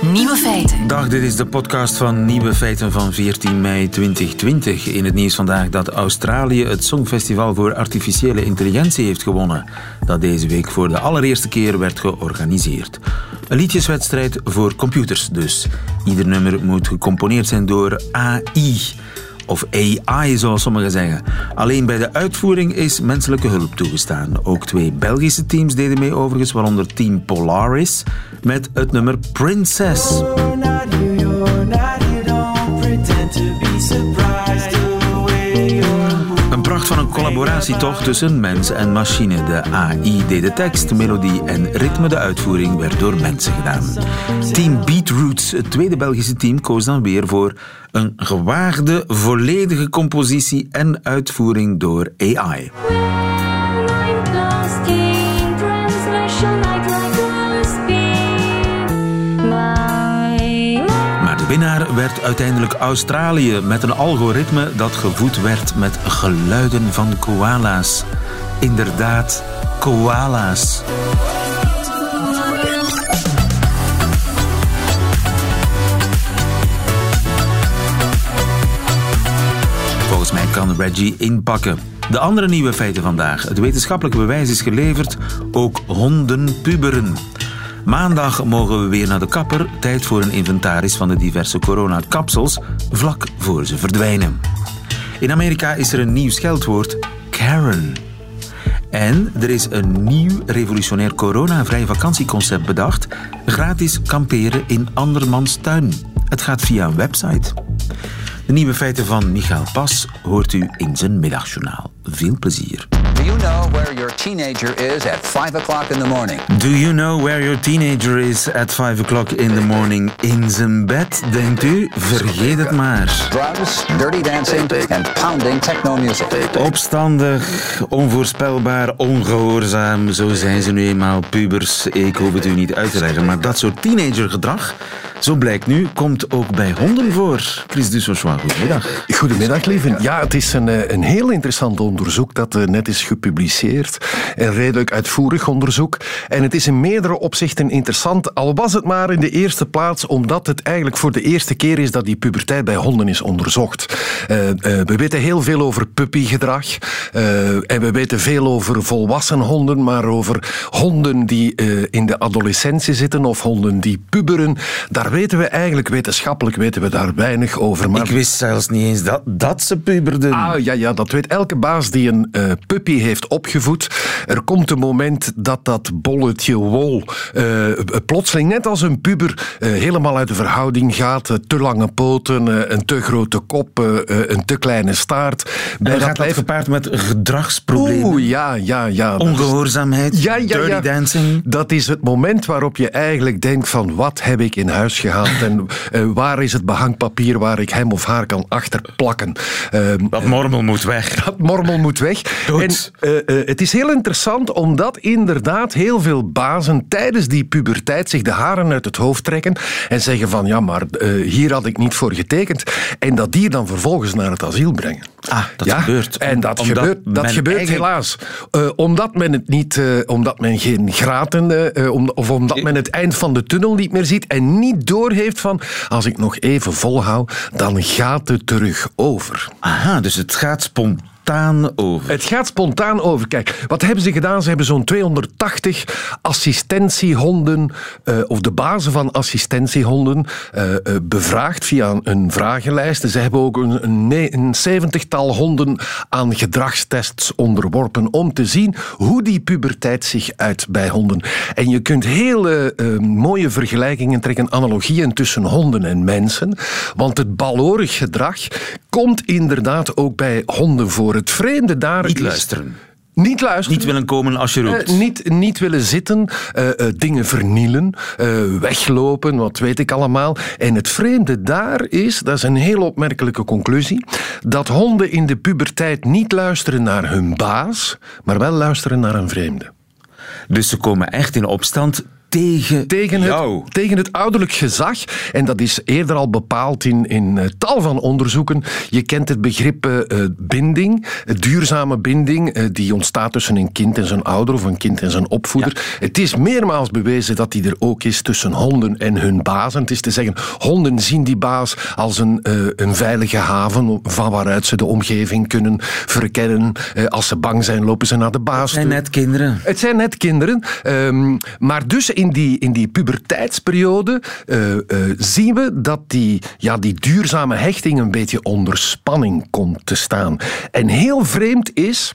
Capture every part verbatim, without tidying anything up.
Nieuwe Feiten. Dag, dit is de podcast van Nieuwe Feiten van veertien mei tweeduizend twintig. In het nieuws vandaag dat Australië het Songfestival voor Artificiële Intelligentie heeft gewonnen. Dat deze week voor de allereerste keer werd georganiseerd. Een liedjeswedstrijd voor computers dus. Ieder nummer moet gecomponeerd zijn door A I. Of A I, zoals sommigen zeggen. Alleen bij de uitvoering is menselijke hulp toegestaan. Ook twee Belgische teams deden mee overigens, waaronder Team Polaris met het nummer Princess. Een pracht van een collaboratie toch tussen mens en machine. De A I deed de tekst, melodie en ritme. De uitvoering werd door mensen gedaan. Team Beatroots, het tweede Belgische team, koos dan weer voor een gewaagde, volledige compositie en uitvoering door A I. Maar de winnaar werd uiteindelijk Australië met een algoritme dat gevoed werd met geluiden van koala's. Inderdaad, koala's. Volgens mij kan Reggie inpakken. De andere nieuwe feiten vandaag. Het wetenschappelijke bewijs is geleverd. Ook honden puberen. Maandag mogen we weer naar de kapper. Tijd voor een inventaris van de diverse coronakapsels, vlak voor ze verdwijnen. In Amerika is er een nieuw scheldwoord, Karen. En er is een nieuw revolutionair coronavrij vakantieconcept bedacht. Gratis kamperen in andermans tuin. Het gaat via een website. De nieuwe feiten van Michael Pas hoort u in zijn middagjournaal. Veel plezier. Do you know where your teenager is at five o'clock in the morning? Do you know where your teenager is at five o'clock in the morning? In zijn bed, denkt u? Vergeet het maar. Drugs, dirty dancing and pounding techno music. Opstandig, onvoorspelbaar, ongehoorzaam. Zo zijn ze nu eenmaal, pubers. Ik hoef het u niet uit te leggen, maar dat soort teenagergedrag, zo blijkt nu, komt ook bij honden voor. Chris Dussochois, goedemiddag. Goedemiddag, lieve. Ja, het is een, een heel interessant onderzoek dat net is gepubliceerd. Een redelijk uitvoerig onderzoek. En het is in meerdere opzichten interessant, al was het maar in de eerste plaats omdat het eigenlijk voor de eerste keer is dat die puberteit bij honden is onderzocht. Uh, uh, we weten heel veel over puppygedrag. Uh, en we weten veel over volwassen honden, maar over honden die uh, in de adolescentie zitten of honden die puberen, daar weten we eigenlijk, wetenschappelijk weten we daar weinig over. Maar ik wist zelfs niet eens dat, dat ze puberden. Ah, ja, ja, dat weet elke baas die een uh, puppy heeft opgevoed. Er komt een moment dat dat bolletje wol uh, plotseling, net als een puber, uh, helemaal uit de verhouding gaat. Uh, te lange poten, uh, een te grote kop, uh, een te kleine staart. En dan gaat dat gepaard met gedragsproblemen. Oeh, ja, ja, ja. Ongehoorzaamheid, ja, ja, dirty ja. dancing. Dat is het moment waarop je eigenlijk denkt van wat heb ik in huis gehaald en uh, waar is het behangpapier waar ik hem of haar kan achterplakken. Uh, dat mormel moet weg. Dat mormel moet weg. Goed. En uh, uh, het is heel interessant omdat inderdaad heel veel bazen tijdens die puberteit zich de haren uit het hoofd trekken en zeggen van ja, maar uh, hier had ik niet voor getekend. En dat die dan vervolgens naar het asiel brengen. Ah, dat ja? gebeurt. En dat omdat gebeurt, dat gebeurt eigen... helaas. Uh, omdat men het niet, uh, omdat men geen graten, uh, om, of omdat men het eind van de tunnel niet meer ziet en niet doorheeft van als ik nog even volhoud, dan gaat het terug over. Aha, dus het gaat spontaan over. Het gaat spontaan over. Kijk, wat hebben ze gedaan? Ze hebben zo'n tweehonderdtachtig assistentiehonden, uh, of de bazen van assistentiehonden, uh, uh, bevraagd via een, een vragenlijst. Ze hebben ook een, een, een zeventigtal honden aan gedragstests onderworpen om te zien hoe die puberteit zich uit bij honden. En je kunt hele uh, mooie vergelijkingen trekken, analogieën tussen honden en mensen. Want het balorig gedrag komt inderdaad ook bij honden voor. Het vreemde daar Niet is... luisteren. Niet luisteren. Niet willen komen als je roept. Uh, niet, niet willen zitten, uh, uh, dingen vernielen, uh, weglopen, wat weet ik allemaal. En het vreemde daar is, dat is een heel opmerkelijke conclusie, dat honden in de puberteit niet luisteren naar hun baas, maar wel luisteren naar een vreemde. Dus ze komen echt in opstand tegen, tegen, jou. het, tegen het ouderlijk gezag. En dat is eerder al bepaald in, in uh, tal van onderzoeken. Je kent het begrip uh, binding, uh, duurzame binding, uh, die ontstaat tussen een kind en zijn ouder of een kind en zijn opvoeder. Ja. Het is meermaals bewezen dat die er ook is tussen honden en hun bazen. Het is te zeggen, honden zien die baas als een, uh, een veilige haven van waaruit ze de omgeving kunnen verkennen. Uh, als ze bang zijn, lopen ze naar de baas. Het zijn net kinderen. Het zijn net kinderen. Um, maar dus in die, in die puberteitsperiode uh, uh, zien we dat die, ja, die duurzame hechting een beetje onder spanning komt te staan. En heel vreemd is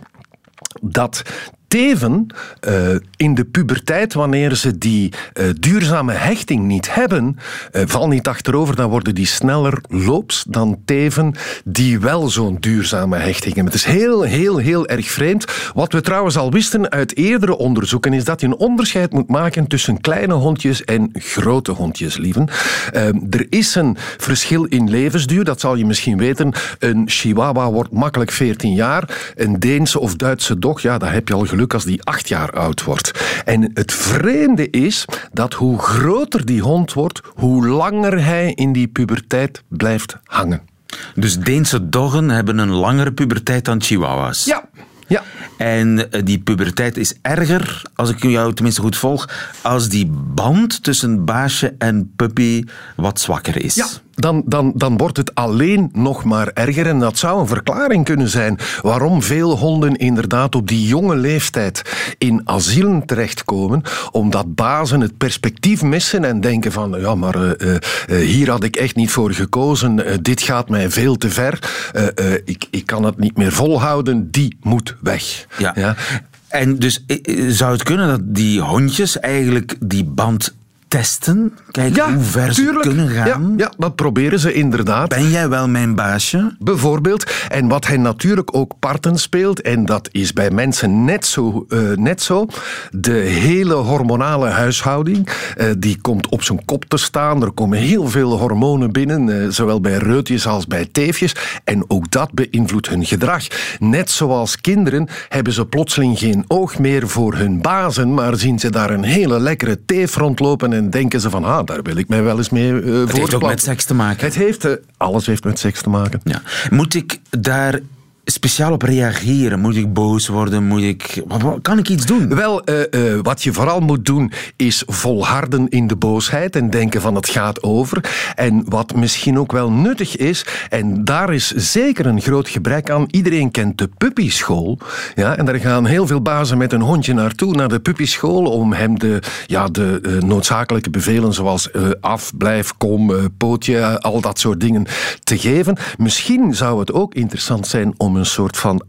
dat teven uh, in de puberteit, wanneer ze die uh, duurzame hechting niet hebben, uh, val niet achterover, dan worden die sneller loops dan teven die wel zo'n duurzame hechting hebben. Het is heel, heel, heel erg vreemd. Wat we trouwens al wisten uit eerdere onderzoeken is dat je een onderscheid moet maken tussen kleine hondjes en grote hondjes, lieven. Uh, er is een verschil in levensduur, dat zal je misschien weten. Een Chihuahua wordt makkelijk veertien jaar. Een Deense of Duitse dog, ja, daar heb je al geluk als die acht jaar oud wordt. En het vreemde is dat hoe groter die hond wordt, hoe langer hij in die puberteit blijft hangen. Dus Deense doggen hebben een langere puberteit dan Chihuahuas? Ja. Ja. En die puberteit is erger, als ik jou tenminste goed volg, als die band tussen baasje en puppy wat zwakker is. Ja. Dan, dan, dan wordt het alleen nog maar erger. En dat zou een verklaring kunnen zijn waarom veel honden inderdaad op die jonge leeftijd in asielen terechtkomen. Omdat bazen het perspectief missen en denken van ja, maar uh, uh, hier had ik echt niet voor gekozen. Uh, dit gaat mij veel te ver. Uh, uh, ik, ik kan het niet meer volhouden. Die moet weg. Ja. Ja? En dus zou het kunnen dat die hondjes eigenlijk die band testen? Kijken ja, hoe ver tuurlijk. ze kunnen gaan? Ja, ja, dat proberen ze inderdaad. Ben jij wel mijn baasje? Bijvoorbeeld. En wat hen natuurlijk ook parten speelt, en dat is bij mensen net zo, uh, net zo de hele hormonale huishouding, uh, die komt op zijn kop te staan. Er komen heel veel hormonen binnen, uh, zowel bij reutjes als bij teefjes. En ook dat beïnvloedt hun gedrag. Net zoals kinderen hebben ze plotseling geen oog meer voor hun bazen, maar zien ze daar een hele lekkere teef rondlopen en denken ze van, ah, daar wil ik mij wel eens mee uh, voortplanten. Het heeft ook met seks te maken. Het heeft, uh, alles heeft met seks te maken. Ja. Moet ik daar speciaal op reageren? Moet ik boos worden? Moet ik... Kan ik iets doen? Wel, uh, uh, wat je vooral moet doen is volharden in de boosheid en denken van het gaat over. En wat misschien ook wel nuttig is, en daar is zeker een groot gebrek aan, iedereen kent de puppyschool. Ja, en daar gaan heel veel bazen met een hondje naartoe, naar de puppyschool, om hem de, ja, de uh, noodzakelijke bevelen zoals uh, af, blijf, kom, uh, pootje, uh, al dat soort dingen te geven. Misschien zou het ook interessant zijn om een soort van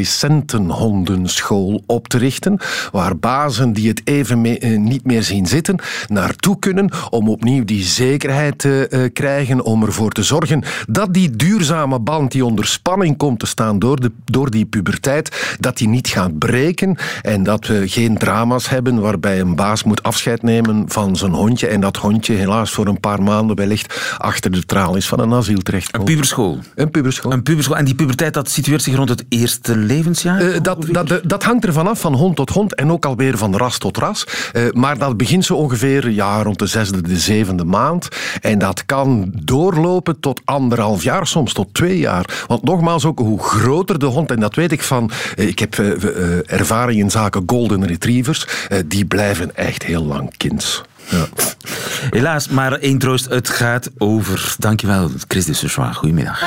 adolescentenhondenschool op te richten, waar bazen die het even mee, uh, niet meer zien zitten, naartoe kunnen om opnieuw die zekerheid te uh, krijgen, om ervoor te zorgen dat die duurzame band die onder spanning komt te staan door, de, door die puberteit, dat die niet gaat breken en dat we geen drama's hebben waarbij een baas moet afscheid nemen van zijn hondje en dat hondje helaas voor een paar maanden wellicht achter de tralies van een asiel terechtkomt. Een puberschool. Een puberschool. Een puberschool. En die puberteit, dat situeert zich rond het eerste levensjaar? Uh, dat, dat, dat hangt er vanaf, van hond tot hond en ook alweer van ras tot ras. Uh, maar dat begint zo ongeveer ja, rond de zesde, de zevende maand. En dat kan doorlopen tot anderhalf jaar, soms tot twee jaar. Want nogmaals, ook hoe groter de hond, en dat weet ik van... Uh, ik heb uh, uh, ervaring in zaken golden retrievers. Uh, die blijven echt heel lang kind. Ja. Helaas, maar één troost, het gaat over. Dankjewel, Chris de Souchois. Goedemiddag.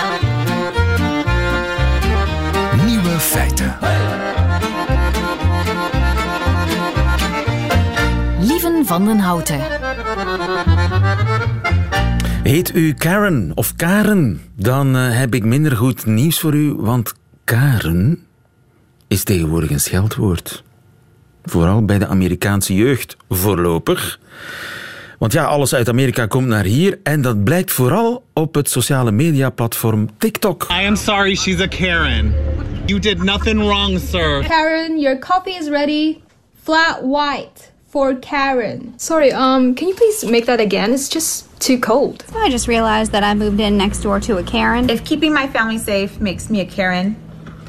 Nieuwe feiten. Lieven van den Houten. Heet u Karen of Karen? Dan uh, heb ik minder goed nieuws voor u, want Karen is tegenwoordig een scheldwoord. Vooral bij de Amerikaanse jeugd, voorlopig. Want ja, alles uit Amerika komt naar hier en dat blijkt vooral op het sociale mediaplatform TikTok. I am sorry, she's a Karen. You did nothing wrong, sir. Karen, your coffee is ready. Flat white for Karen. Sorry, um, can you please make that again? It's just too cold. I just realized that I moved in next door to a Karen. If keeping my family safe makes me a Karen,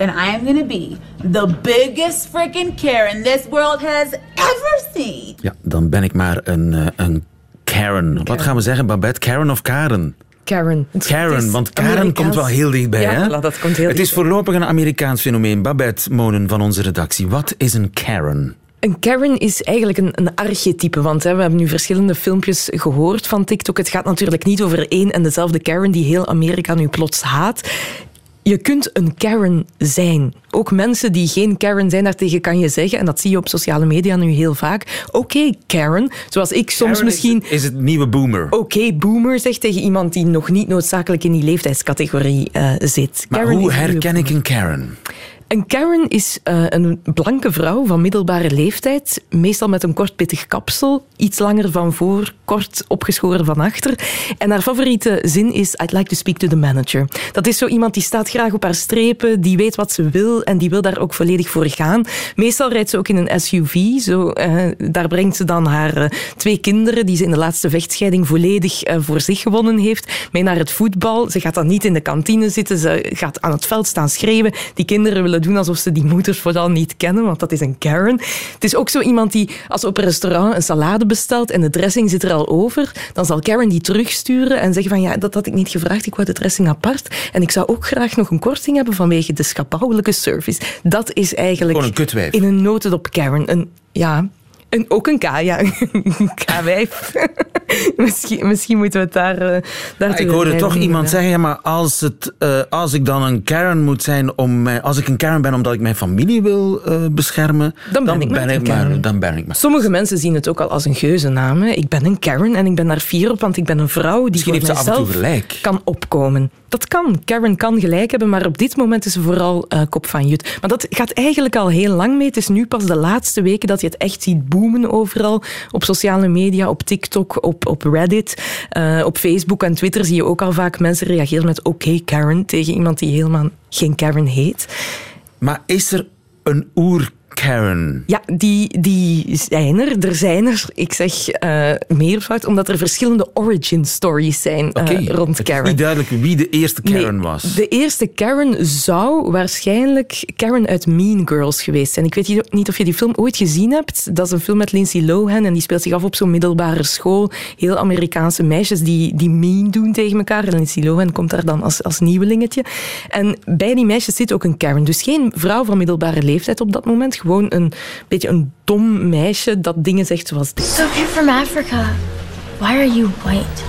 then I am gonna be the biggest freaking Karen this world has ever seen. Ja, dan ben ik maar een, uh, een Karen. Karen. Wat gaan we zeggen, Babette? Karen of Karen? Karen. Karen, want Karen Amerikaans... komt wel heel dichtbij. Ja, hè? voilà, dat komt heel Het is voorlopig een Amerikaans fenomeen. Babette Monen van onze redactie. Wat is een Karen? Een Karen is eigenlijk een, een archetype, want hè, we hebben nu verschillende filmpjes gehoord van TikTok. Het gaat natuurlijk niet over één en dezelfde Karen die heel Amerika nu plots haat. Je kunt een Karen zijn. Ook mensen die geen Karen zijn, daartegen kan je zeggen, en dat zie je op sociale media nu heel vaak, oké, okay, Karen. Zoals ik soms Karen misschien... Is, is het nieuwe boomer. Oké, okay, boomer zegt tegen iemand die nog niet noodzakelijk in die leeftijdscategorie uh, zit. Maar Karen hoe herken ik een Karen? Een Karen is uh, een blanke vrouw van middelbare leeftijd, meestal met een kort pittig kapsel, iets langer van voor, kort opgeschoren van achter. En haar favoriete zin is I'd like to speak to the manager. Dat is zo iemand die staat graag op haar strepen, die weet wat ze wil en die wil daar ook volledig voor gaan. Meestal rijdt ze ook in een S U V. Zo, uh, daar brengt ze dan haar uh, twee kinderen, die ze in de laatste vechtscheiding volledig uh, voor zich gewonnen heeft, mee naar het voetbal. Ze gaat dan niet in de kantine zitten, ze gaat aan het veld staan schreeuwen. Die kinderen willen doen alsof ze die moeders vooral niet kennen, want dat is een Karen. Het is ook zo iemand die, als op een restaurant een salade bestelt en de dressing zit er al over, dan zal Karen die terugsturen en zeggen van ja, dat had ik niet gevraagd, ik wou de dressing apart en ik zou ook graag nog een korting hebben vanwege de schabouwelijke service. Dat is eigenlijk gewoon een kutwijf. In een notendop Karen. Een, ja... En ook een K, ja. Een K-wijf. misschien, misschien moeten we het daar... Uh, daar ik hoorde toch iemand zeggen, ja, maar als, het, uh, als ik dan een Karen moet zijn, om mij, als ik een Karen ben omdat ik mijn familie wil uh, beschermen, dan ben, dan, ik, ben ik maar, dan ben ik maar. Sommige mensen zien het ook al als een geuzennaam. Hè. Ik ben een Karen en ik ben daar fier op, want ik ben een vrouw die misschien voor mijzelf kan opkomen. Dat kan. Karen kan gelijk hebben, maar op dit moment is ze vooral uh, kop van jut. Maar dat gaat eigenlijk al heel lang mee. Het is nu pas de laatste weken dat je het echt ziet boomen overal. Op sociale media, op TikTok, op, op Reddit, uh, op Facebook en Twitter zie je ook al vaak mensen reageren met oké, okay, Karen, tegen iemand die helemaal geen Karen heet. Maar is er een oer Karen? Ja, die, die zijn er. Er zijn er, ik zeg uh, meervoud, omdat er verschillende origin stories zijn uh, okay. rond Karen. Het is niet duidelijk wie de eerste Karen nee, was. De eerste Karen zou waarschijnlijk Karen uit Mean Girls geweest zijn. Ik weet niet of je die film ooit gezien hebt. Dat is een film met Lindsay Lohan en die speelt zich af op zo'n middelbare school. Heel Amerikaanse meisjes die, die mean doen tegen elkaar. En Lindsay Lohan komt daar dan als, als nieuwelingetje. En bij die meisjes zit ook een Karen. Dus geen vrouw van middelbare leeftijd op dat moment. Gewoon een beetje een dom meisje dat dingen zegt zoals dit. So you're from Africa. Why are you white?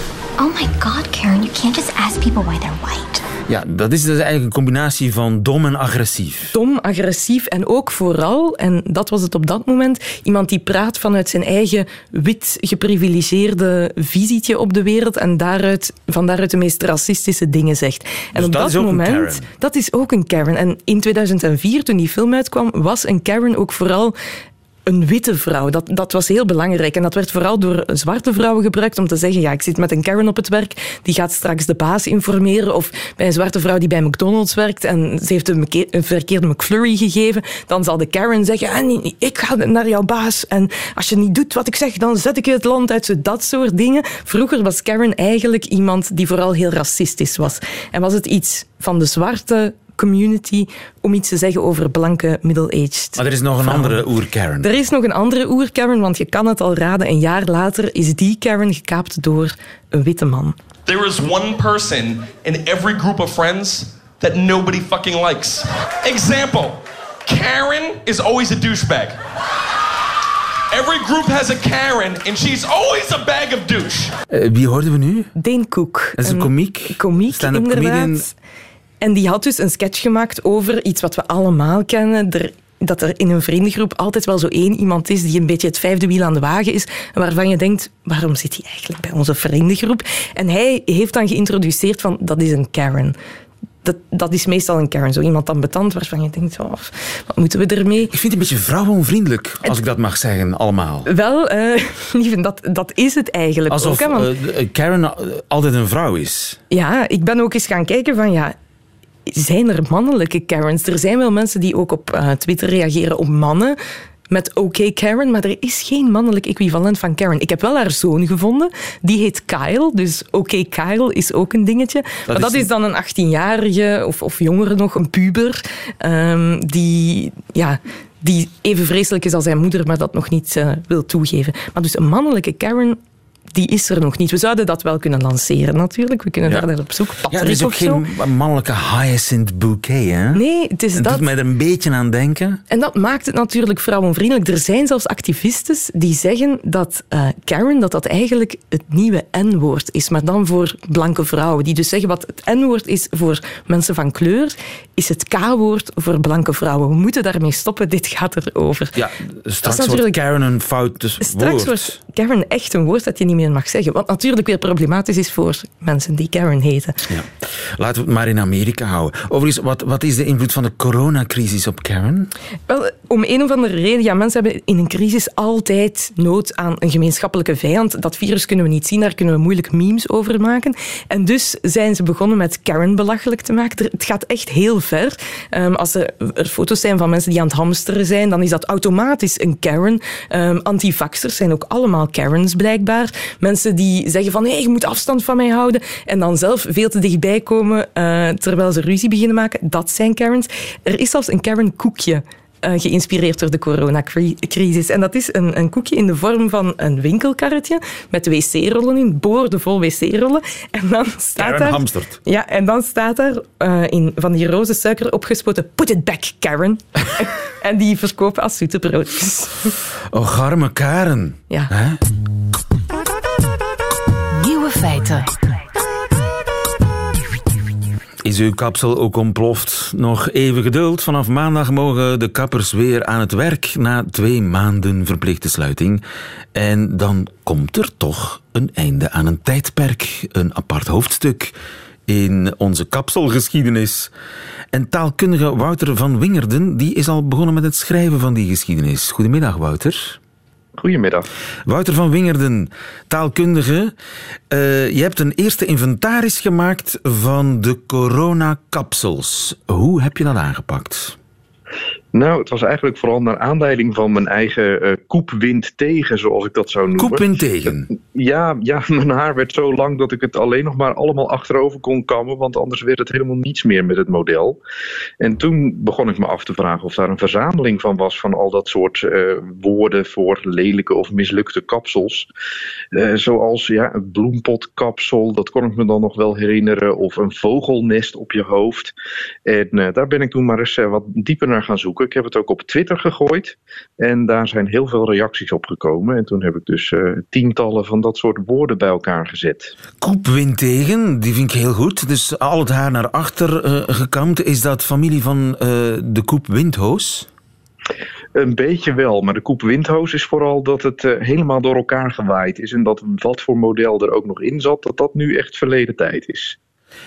Oh my god, Karen, you can't just ask people why they're white. Ja, dat is dus eigenlijk een combinatie van dom en agressief. Dom, agressief en ook vooral, en dat was het op dat moment, iemand die praat vanuit zijn eigen wit geprivilegeerde visietje op de wereld en daaruit, van daaruit de meest racistische dingen zegt. En dus op dat, dat moment, dat is ook een Karen. En in tweeduizend vier, toen die film uitkwam, was een Karen ook vooral een witte vrouw. Dat, dat was heel belangrijk. En dat werd vooral door zwarte vrouwen gebruikt om te zeggen, ja, ik zit met een Karen op het werk, die gaat straks de baas informeren. Of bij een zwarte vrouw die bij McDonald's werkt en ze heeft een, een verkeerde McFlurry gegeven, dan zal de Karen zeggen, ah, nee, ik ga naar jouw baas en als je niet doet wat ik zeg, dan zet ik je het land uit. Zo dat soort dingen. Vroeger was Karen eigenlijk iemand die vooral heel racistisch was. En was het iets van de zwarte community om iets te zeggen over blanke middle-aged. Maar er is nog een vrouwen. andere oer-Karen. Er is nog een andere oer-Karen, want je kan het al raden. Een jaar later is die Karen gekaapt door een witte man. There is one person in every group of friends that nobody fucking likes. Example, Karen is always a douchebag. Every group has a Karen and she's always a bag of douche. Uh, wie hoorden we nu? Dane Cook. Dat is een, een komiek. Komiek, stand-up inderdaad. Comedian. En die had dus een sketch gemaakt over iets wat we allemaal kennen. Er, dat er in een vriendengroep altijd wel zo één iemand is die een beetje het vijfde wiel aan de wagen is. En waarvan je denkt, waarom zit hij eigenlijk bij onze vriendengroep? En hij heeft dan geïntroduceerd van, dat is een Karen. Dat, dat is meestal een Karen. Zo iemand ambetant waarvan je denkt, oh, wat moeten we ermee? Ik vind het een beetje vrouwenvriendelijk, als het, ik dat mag zeggen, allemaal. Wel, uh, lieve, dat, dat is het eigenlijk alsof ook. Alsof uh, Karen altijd een vrouw is. Ja, ik ben ook eens gaan kijken van, ja, zijn er mannelijke Karens? Er zijn wel mensen die ook op uh, Twitter reageren op mannen. met OK Karen, maar er is geen mannelijk equivalent van Karen. Ik heb wel haar zoon gevonden, die heet Kyle, dus OK Kyle is ook een dingetje. Dat maar is dat is dan een achttienjarige, of, of jongere nog, een puber, um, die... ja. die even vreselijk is als zijn moeder, maar dat nog niet uh, wil toegeven. Maar dus een mannelijke Karen, die is er nog niet. We zouden dat wel kunnen lanceren, natuurlijk. We kunnen ja. daar naar op zoek. Patrick ja, er is ook geen zo. mannelijke Hyacinth Bouquet, hè? Nee, het is en dat. doet mij er een beetje aan denken. En dat maakt het natuurlijk vrouwenvriendelijk. Er zijn zelfs activistes die zeggen dat uh, Karen, dat dat eigenlijk het nieuwe N-woord is, maar dan voor blanke vrouwen. Die dus zeggen wat het N-woord is voor mensen van kleur, is het K-woord voor blanke vrouwen. We moeten daarmee stoppen. Dit gaat erover. Ja, straks natuurlijk... wordt Karen een fout dus Straks woord. wordt Karen echt een woord dat je niet meer mag zeggen. Wat natuurlijk weer problematisch is voor mensen die Karen heten. Ja. Laten we het maar in Amerika houden. Overigens, wat, wat is de invloed van de coronacrisis op Karen? Wel, om een of andere reden. Ja, mensen hebben in een crisis altijd nood aan een gemeenschappelijke vijand. Dat virus kunnen we niet zien, daar kunnen we moeilijk memes over maken. En dus zijn ze begonnen met Karen belachelijk te maken. Het gaat echt heel ver. Um, als er, er foto's zijn van mensen die aan het hamsteren zijn, dan is dat automatisch een Karen. Um, antivaxers zijn ook allemaal Karens blijkbaar. Mensen die zeggen van, hey, je moet afstand van mij houden. En dan zelf veel te dichtbij komen uh, terwijl ze ruzie beginnen maken. Dat zijn Karens. Er is zelfs een Karen-koekje uh, geïnspireerd door de coronacrisis. En dat is een, een koekje in de vorm van een winkelkarretje met wc-rollen in, boordevol wc-rollen. En dan staat Karen daar... hamstert. Ja, en dan staat daar uh, in van die roze suiker opgespoten, put it back, Karen. En die verkopen als zoete broodjes. Oh, arme Karen. Ja. Hè? Nieuwe feiten. Is uw kapsel ook ontploft? Nog even geduld. Vanaf maandag mogen de kappers weer aan het werk na twee maanden verplichte sluiting. En dan komt er toch een einde aan een tijdperk. Een apart hoofdstuk in onze kapselgeschiedenis. En taalkundige Wouter van Wingerden die is al begonnen met het schrijven van die geschiedenis. Goedemiddag, Wouter. Goedemiddag. Wouter van Wingerden, taalkundige. Uh, je hebt een eerste inventaris gemaakt van de coronakapsels. Hoe heb je dat aangepakt? Nou, het was eigenlijk vooral naar aanleiding van mijn eigen uh, koepwind tegen, zoals ik dat zou noemen. Koepwind tegen? Ja, ja, mijn haar werd zo lang dat ik het alleen nog maar allemaal achterover kon kammen, want anders werd het helemaal niets meer met het model. En toen begon ik me af te vragen of daar een verzameling van was van al dat soort uh, woorden voor lelijke of mislukte kapsels. Uh, zoals ja, een bloempotkapsel, dat kon ik me dan nog wel herinneren, of een vogelnest op je hoofd. En uh, daar ben ik toen maar eens uh, wat dieper naar gaan zoeken. Ik heb het ook op Twitter gegooid en daar zijn heel veel reacties op gekomen. En toen heb ik dus uh, tientallen van dat soort woorden bij elkaar gezet. Koepwind tegen, die vind ik heel goed. Dus al het haar naar achter uh, gekamd. Is dat familie van uh, de koepwindhoos? Een beetje wel, maar de koepwindhoos is vooral dat het uh, helemaal door elkaar gewaaid is. En dat wat voor model er ook nog in zat, dat dat nu echt verleden tijd is.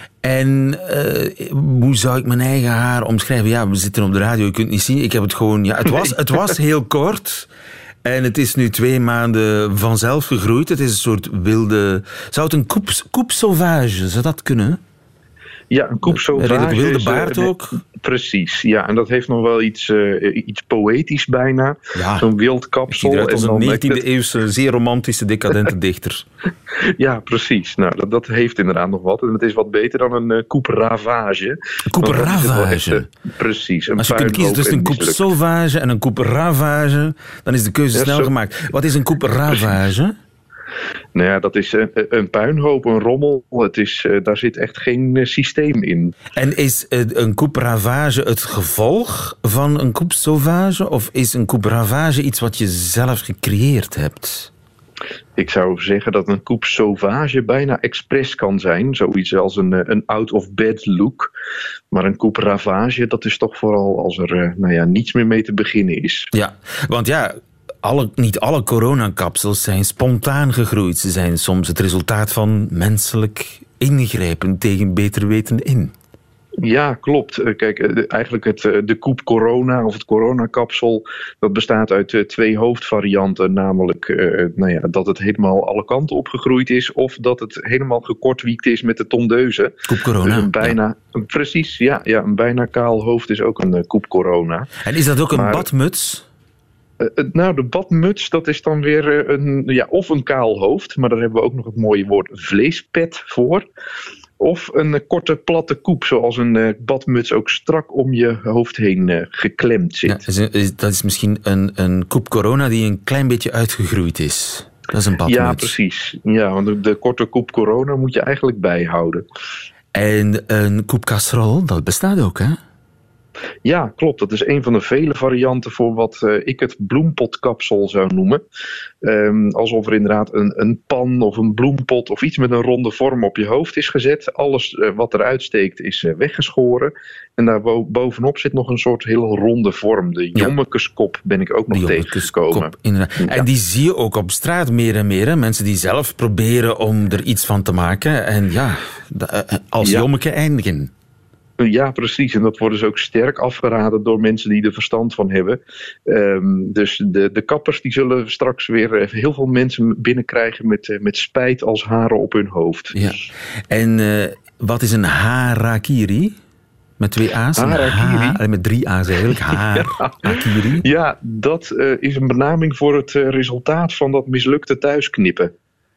En uh, hoe zou ik mijn eigen haar omschrijven? Ja, we zitten op de radio, je kunt het niet zien. Ik heb het gewoon... Ja, het was, het was heel kort. En het is nu twee maanden vanzelf gegroeid. Het is een soort wilde... Zou het een coupe, coupe sauvage, zou dat kunnen? Ja, een coupe sauvage. Een wilde baard is, uh, ook. Precies, ja. En dat heeft nog wel iets, uh, iets poëtisch bijna. Ja. Zo'n wild kapsel. Ik zie eruit als een negentiende-eeuwse, het... zeer romantische, decadente dichter. Ja, precies. Nou, dat, dat heeft inderdaad nog wat. En het is wat beter dan een uh, coupe ravage. Een coupe ravage? Echt, uh, precies. Een Als je kunt kiezen tussen een coupe sauvage en een coupe ravage, dan is de keuze ja, snel zo... gemaakt. Wat is een coupe ravage? Nou ja, dat is een, een puinhoop, een rommel. Het is, uh, daar zit echt geen uh, systeem in. En is uh, een coupe ravage het gevolg van een coupe sauvage? Of is een coupe ravage iets wat je zelf gecreëerd hebt? Ik zou zeggen dat een coupe sauvage bijna expres kan zijn. Zoiets als een, een out-of-bed look. Maar een coupe ravage, dat is toch vooral als er uh, nou ja, niets meer mee te beginnen is. Ja, want ja... Alle, niet alle coronakapsels zijn spontaan gegroeid. Ze zijn soms het resultaat van menselijk ingrijpen tegen beter weten in. Ja, klopt. Kijk, eigenlijk het, de coupe corona of het coronakapsel, dat bestaat uit twee hoofdvarianten. Namelijk uh, nou ja, dat het helemaal alle kanten opgegroeid is of dat het helemaal gekortwiekt is met de tondeuze. Coupe corona. Dus een bijna, ja. Precies, ja, ja, een bijna kaal hoofd is ook een uh, coupe corona. En is dat ook een maar, badmuts? Uh, nou, de badmuts, dat is dan weer uh, een, ja, of een kaal hoofd, maar daar hebben we ook nog het mooie woord vleespet voor. Of een uh, korte platte koep, zoals een uh, badmuts ook strak om je hoofd heen uh, geklemd zit. Ja, is, is, dat is misschien een, een koep corona die een klein beetje uitgegroeid is. Dat is een badmuts. Ja, precies. Ja, want de, de korte koep corona moet je eigenlijk bijhouden. En een koep casserole, dat bestaat ook, hè? Ja, klopt. Dat is een van de vele varianten voor wat uh, ik het bloempotkapsel zou noemen. Um, alsof er inderdaad een, een pan of een bloempot of iets met een ronde vorm op je hoofd is gezet. Alles uh, wat eruit steekt is uh, weggeschoren. En daar bo- bovenop zit nog een soort heel ronde vorm. De jommekeskop ben ik ook nog tegengekomen. Ja. En die zie je ook op straat meer en meer. Hè? Mensen die zelf proberen om er iets van te maken. En ja, als ja. jommeke eindigen. Ja, precies. En dat wordt dus ook sterk afgeraden door mensen die er verstand van hebben. Um, dus de, de kappers die zullen straks weer heel veel mensen binnenkrijgen met, met spijt als haren op hun hoofd. Ja. En uh, wat is een harakiri? Met twee A's? Harakiri? Ha- met drie A's eigenlijk. Harakiri? Ja, ja, dat uh, is een benaming voor het uh, resultaat van dat mislukte thuisknippen.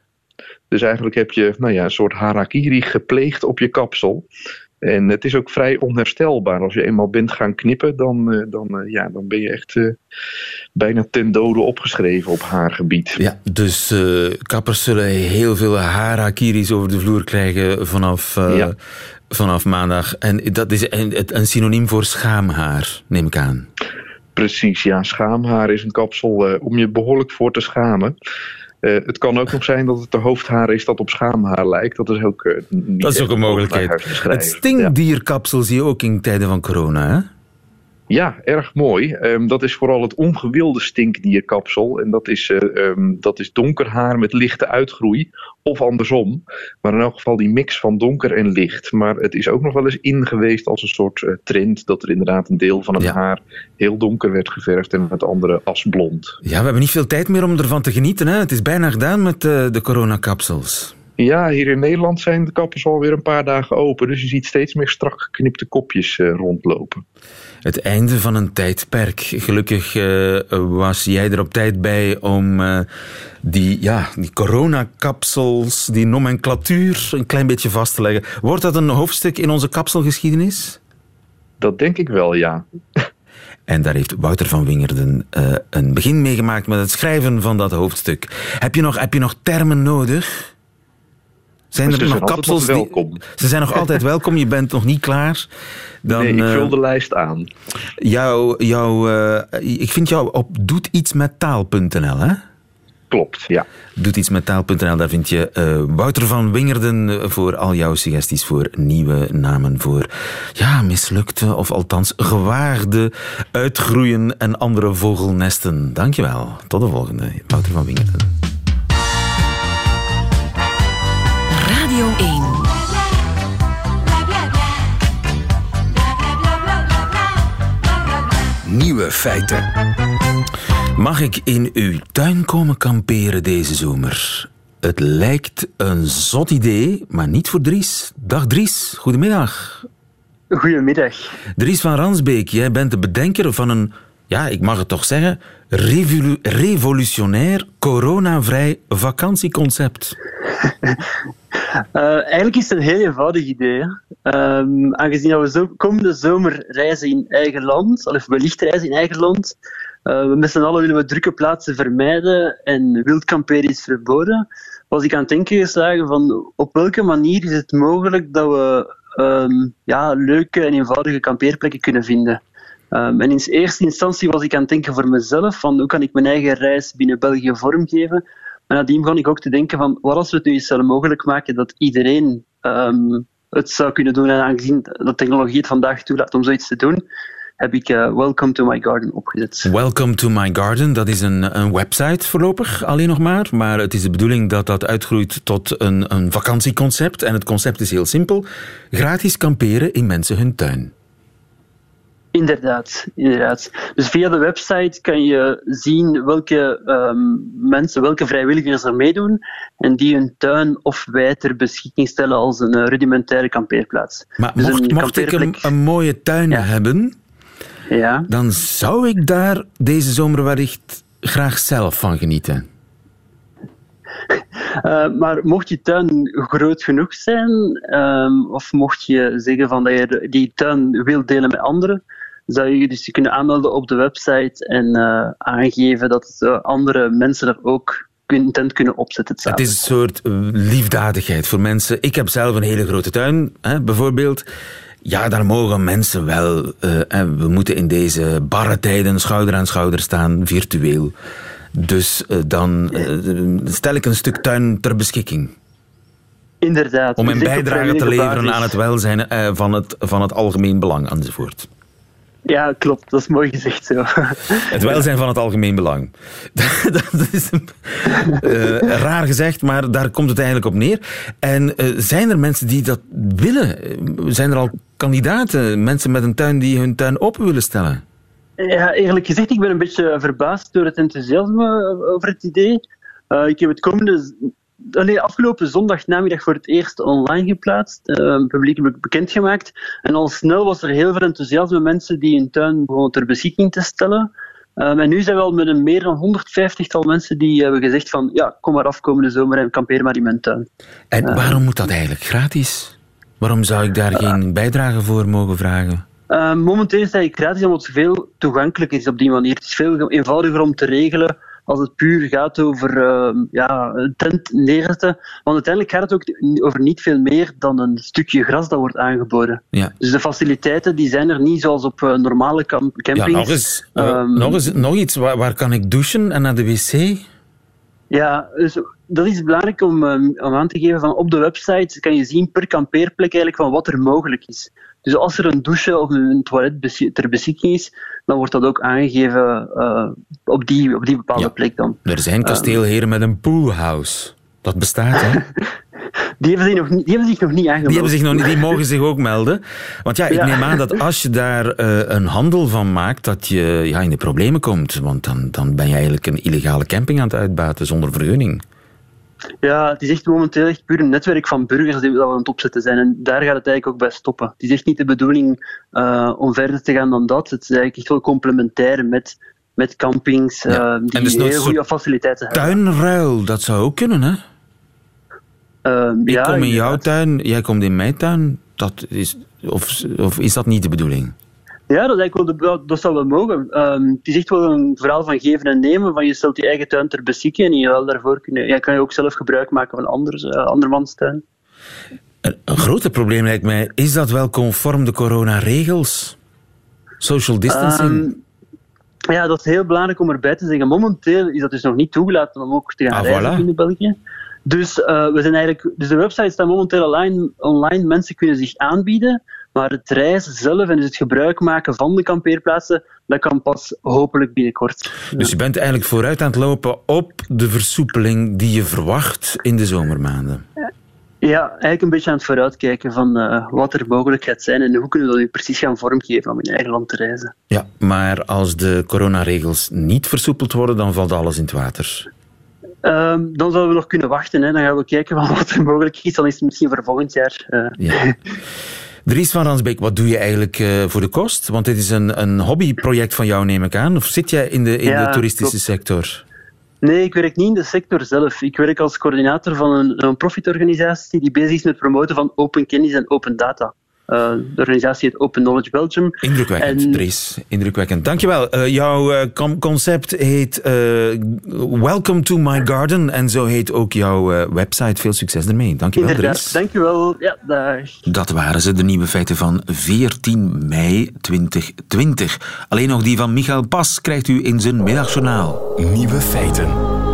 Dus eigenlijk heb je nou ja, een soort harakiri gepleegd op je kapsel. En het is ook vrij onherstelbaar. Als je eenmaal bent gaan knippen, dan, uh, dan, uh, ja, dan ben je echt uh, bijna ten dode opgeschreven op haargebied. Ja, dus uh, kappers zullen heel veel harakiris over de vloer krijgen vanaf, uh, ja. vanaf maandag. En dat is een, een synoniem voor schaamhaar, neem ik aan. Precies, ja. Schaamhaar is een kapsel uh, om je behoorlijk voor te schamen. Uh, het kan ook nog zijn dat het de hoofdhaar is dat op schaamhaar lijkt. Dat is ook uh, niet Dat is ook een mogelijkheid. Het stinkdierkapsel zie je ook in tijden van corona, hè? Ja, erg mooi. Um, dat is vooral het ongewilde stinkdierkapsel. En dat is, uh, um, dat is donker haar met lichte uitgroei. Of andersom. Maar in elk geval die mix van donker en licht. Maar het is ook nog wel eens in geweest als een soort uh, trend. Dat er inderdaad een deel van het ja. haar heel donker werd geverfd. En het andere asblond. Ja, we hebben niet veel tijd meer om ervan te genieten. Hè? Het is bijna gedaan met uh, de coronakapsels. Ja, hier in Nederland zijn de kappers alweer een paar dagen open. Dus je ziet steeds meer strak geknipte kopjes uh, rondlopen. Het einde van een tijdperk. Gelukkig uh, was jij er op tijd bij om uh, die, ja, die coronakapsels, die nomenclatuur een klein beetje vast te leggen. Wordt dat een hoofdstuk in onze kapselgeschiedenis? Dat denk ik wel, ja. En daar heeft Wouter van Wingerden uh, een begin mee gemaakt met het schrijven van dat hoofdstuk. Heb je nog, heb je nog termen nodig? Zijn er ze nog zijn kapsels? Nog welkom. Die... Ze zijn nog altijd welkom, je bent nog niet klaar. Dan, nee, ik vul uh, de lijst aan. Jou, jou, uh, ik vind jou op doet iets met taal punt n l, hè? Klopt, ja. Doet iets met taal punt n l, daar vind je uh, Wouter van Wingerden voor al jouw suggesties voor nieuwe namen voor ja, mislukte of althans gewaagde uitgroeien en andere vogelnesten. Dankjewel. Tot de volgende. Wouter van Wingerden. Radio één. Nieuwe feiten. Mag ik in uw tuin komen kamperen deze zomer? Het lijkt een zot idee, maar niet voor Dries. Dag Dries, goedemiddag. Goedemiddag. Dries van Ransbeek, jij bent de bedenker van een, ja, ik mag het toch zeggen, revolu- revolutionair coronavrij vakantieconcept. Uh, eigenlijk is het een heel eenvoudig idee. Um, aangezien dat we zo komende zomer reizen in eigen land, of wellicht reizen in eigen land, uh, met z'n allen willen we drukke plaatsen vermijden en wild kamperen is verboden, was ik aan het denken geslagen van op welke manier is het mogelijk dat we um, ja, leuke en eenvoudige kampeerplekken kunnen vinden. Um, en in eerste instantie was ik aan het denken voor mezelf, van hoe kan ik mijn eigen reis binnen België vormgeven. Maar nadien begon ik ook te denken van, wat als we het nu eens zouden mogelijk maken dat iedereen um, het zou kunnen doen. En aangezien de technologie het vandaag toelaat om zoiets te doen, heb ik uh, Welcome to My Garden opgezet. Welcome to My Garden, dat is een, een website voorlopig alleen nog maar. Maar het is de bedoeling dat dat uitgroeit tot een, een vakantieconcept. En het concept is heel simpel. Gratis kamperen in mensen hun tuin. Inderdaad, inderdaad. Dus via de website kan je zien welke um, mensen, welke vrijwilligers er meedoen en die hun tuin of wei ter beschikking stellen als een uh, rudimentaire kampeerplaats. Maar dus mocht, een mocht ik een, een mooie tuin ja. hebben Ja. dan zou ik daar deze zomer wellicht graag zelf van genieten. Uh, maar mocht je tuin groot genoeg zijn, um, of mocht je zeggen van dat je die tuin wil delen met anderen, zou je dus je kunnen aanmelden op de website en uh, aangeven dat uh, andere mensen er ook een tent kunnen opzetten samen. Het is een soort liefdadigheid voor mensen. Ik heb zelf een hele grote tuin, hè, bijvoorbeeld. Ja, daar mogen mensen wel. Uh, we moeten in deze barre tijden schouder aan schouder staan, virtueel. Dus uh, dan uh, stel ik een stuk tuin ter beschikking. Inderdaad. Om een bijdrage te leveren aan het welzijn uh, van, het, van het algemeen belang, enzovoort. Ja, klopt. Dat is mooi gezegd zo. Het welzijn van het algemeen belang. Dat is een, uh, raar gezegd, maar daar komt het eigenlijk op neer. En uh, zijn er mensen die dat willen? Zijn er al kandidaten, mensen met een tuin die hun tuin open willen stellen? Ja, eerlijk gezegd, ik ben een beetje verbaasd door het enthousiasme over het idee. Uh, ik heb het komende... Nee, afgelopen zondag namiddag voor het eerst online geplaatst, uh, publiekelijk bekendgemaakt. En al snel was er heel veel enthousiasme mensen die hun tuin begonnen ter beschikking te stellen. Um, en nu zijn we al met een meer dan honderdvijftigtal mensen die hebben gezegd van ja, kom maar af komende zomer en kampeer maar in mijn tuin. En uh, waarom moet dat eigenlijk gratis? Waarom zou ik daar uh, geen bijdrage voor mogen vragen? Uh, momenteel is dat gratis omdat het veel toegankelijker is op die manier. Het is veel eenvoudiger om te regelen als het puur gaat over uh, ja, een tent neerzetten. Want uiteindelijk gaat het ook over niet veel meer dan een stukje gras dat wordt aangeboden. Ja. Dus de faciliteiten die zijn er niet zoals op uh, normale camp- campings. Ja, nog eens, uh, um, nog, eens nog iets. Waar, waar kan ik douchen en naar de wc? Ja, dus dat is belangrijk om, um, om aan te geven. Van op de website kan je zien per kampeerplek eigenlijk van wat er mogelijk is. Dus als er een douche of een toilet ter beschikking is, dan wordt dat ook aangegeven uh, op, die, op die bepaalde ja. plek dan. Er zijn kasteelheren um, met een poolhouse. Dat bestaat, hè? Die hebben zich nog niet, die hebben zich nog niet aangemeld. Die, hebben zich nog niet, die mogen zich ook melden. Want ja, ik ja. neem aan dat als je daar uh, een handel van maakt, dat je ja, in de problemen komt. Want dan, dan ben je eigenlijk een illegale camping aan het uitbaten zonder vergunning. Ja, het is echt momenteel echt puur een netwerk van burgers die we aan het opzetten zijn. En daar gaat het eigenlijk ook bij stoppen. Het is echt niet de bedoeling uh, om verder te gaan dan dat. Het is eigenlijk echt wel complementair met, met campings ja. uh, die dus heel goede faciliteiten hebben. Tuinruil, dat zou ook kunnen, hè? Uh, ik ja, kom in inderdaad. jouw tuin, jij komt in mijn tuin. Dat is, of, of is dat niet de bedoeling? Ja, dat, is eigenlijk wel de, dat zou wel mogen. Um, het is echt wel een verhaal van geven en nemen. Van je stelt je eigen tuin ter beschikking en je wel daarvoor kunnen, ja, kan je ook zelf gebruik maken van anders, uh, andermans tuin. Een, een groter probleem lijkt mij, is dat wel conform de coronaregels? Social distancing? Um, ja, dat is heel belangrijk om erbij te zeggen. Momenteel is dat dus nog niet toegelaten om ook te gaan ah, reizen voilà. in België. Dus, uh, we zijn eigenlijk, dus de website staat momenteel online, online. Mensen kunnen zich aanbieden. Maar het reizen zelf en dus het gebruik maken van de kampeerplaatsen, dat kan pas hopelijk binnenkort. Dus je bent eigenlijk vooruit aan het lopen op de versoepeling die je verwacht in de zomermaanden? Ja, eigenlijk een beetje aan het vooruitkijken van uh, wat er mogelijk gaat zijn en hoe kunnen we dat nu precies gaan vormgeven om in eigen land te reizen. Ja, maar als de coronaregels niet versoepeld worden, dan valt alles in het water. Um, dan zouden we nog kunnen wachten. Hè. Dan gaan we kijken van wat er mogelijk is. Dan is het misschien voor volgend jaar. Uh. Ja. Dries van Ransbeek, wat doe je eigenlijk uh, voor de kost? Want dit is een, een hobbyproject van jou, neem ik aan. Of zit jij in de, in ja, de toeristische klopt. sector? Nee, ik werk niet in de sector zelf. Ik werk als coördinator van een non-profit-organisatie die bezig is met het promoten van open kennis en open data. Uh, de organisatie heet Open Knowledge Belgium. Indrukwekkend, en... Dries. Indrukwekkend. Dankjewel. Uh, jouw uh, com- concept heet uh, Welcome to My Garden. En zo heet ook jouw uh, website. Veel succes ermee. Dankjewel, Inderdaad. Dries. Dankjewel. Ja, dag. Dat waren ze, de nieuwe feiten van veertien mei twintig twintig. Alleen nog die van Michael Pas krijgt u in zijn middagjournaal. Nieuwe feiten.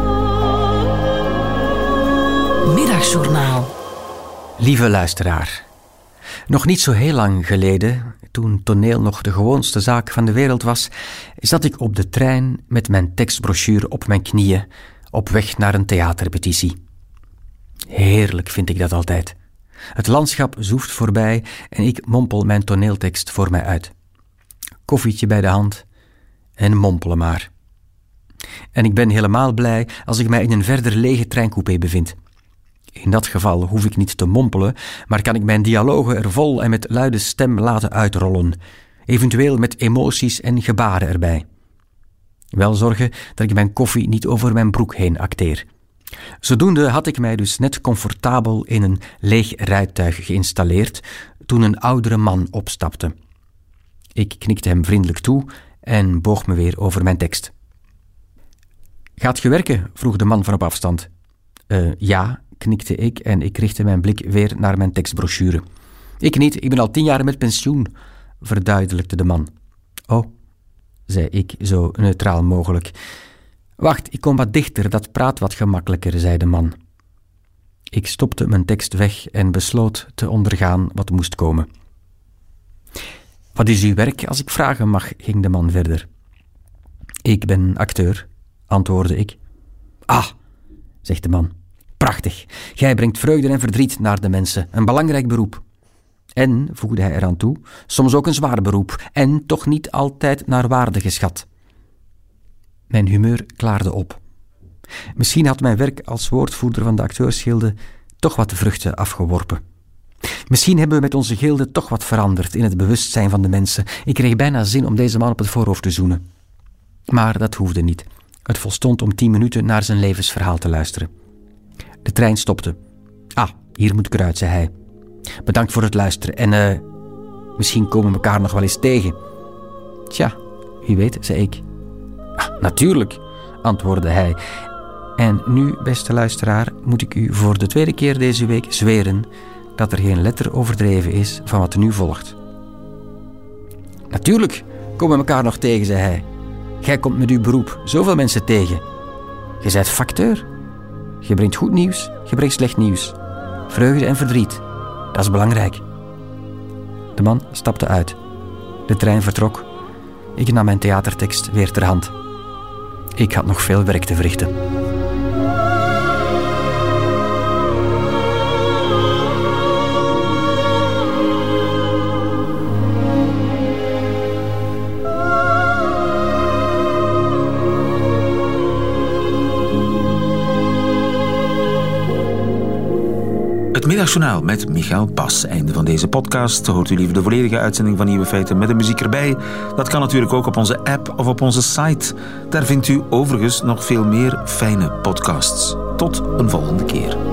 Middagjournaal. Lieve luisteraar. Nog niet zo heel lang geleden, toen toneel nog de gewoonste zaak van de wereld was, zat ik op de trein met mijn tekstbrochure op mijn knieën, op weg naar een theaterrepetitie. Heerlijk vind ik dat altijd. Het landschap zoeft voorbij en ik mompel mijn toneeltekst voor mij uit. Koffietje bij de hand en mompelen maar. En ik ben helemaal blij als ik mij in een verder lege treincoupé bevind. In dat geval hoef ik niet te mompelen, maar kan ik mijn dialogen er vol en met luide stem laten uitrollen. eventueel met emoties en gebaren erbij. Wel zorgen dat ik mijn koffie niet over mijn broek heen acteer. Zodoende had ik mij dus net comfortabel in een leeg rijtuig geïnstalleerd toen een oudere man opstapte. Ik knikte hem vriendelijk toe en boog me weer over mijn tekst. Gaat je werken? Vroeg de man van op afstand. Uh, ja, knikte ik en ik richtte mijn blik weer naar mijn tekstbrochure. Ik niet, ik ben al tien jaar met pensioen, verduidelijkte de man. Oh, zei ik zo neutraal mogelijk. Wacht, ik kom wat dichter, dat praat wat gemakkelijker, zei de man. Ik stopte mijn tekst weg en besloot te ondergaan wat moest komen. Wat is uw werk, als ik vragen mag, ging de man verder. Ik ben acteur, antwoordde ik. Ah, zegt de man. Prachtig. Jij brengt vreugde en verdriet naar de mensen. Een belangrijk beroep. En, voegde hij eraan toe, soms ook een zwaar beroep. En toch niet altijd naar waarde geschat. Mijn humeur klaarde op. Misschien had mijn werk als woordvoerder van de acteursgilde toch wat vruchten afgeworpen. Misschien hebben we met onze gilde toch wat veranderd in het bewustzijn van de mensen. Ik kreeg bijna zin om deze man op het voorhoofd te zoenen. Maar dat hoefde niet. Het volstond om tien minuten naar zijn levensverhaal te luisteren. De trein stopte. Ah, hier moet ik eruit, zei hij. Bedankt voor het luisteren en uh, misschien komen we elkaar nog wel eens tegen. Tja, wie weet, zei ik. Ah, natuurlijk, antwoordde hij. En nu, beste luisteraar, moet ik u voor de tweede keer deze week zweren dat er geen letter overdreven is van wat er nu volgt. Natuurlijk komen we elkaar nog tegen, zei hij. Jij komt met uw beroep zoveel mensen tegen. Je bent facteur. Je brengt goed nieuws, je brengt slecht nieuws. Vreugde en verdriet. Dat is belangrijk. De man stapte uit. De trein vertrok. Ik nam mijn theatertekst weer ter hand. Ik had nog veel werk te verrichten. Het Middagjournaal met Michael Pas. Einde van deze podcast. Hoort u liever de volledige uitzending van Nieuwe Feiten met de muziek erbij? Dat kan natuurlijk ook op onze app of op onze site. Daar vindt u overigens nog veel meer fijne podcasts. Tot een volgende keer.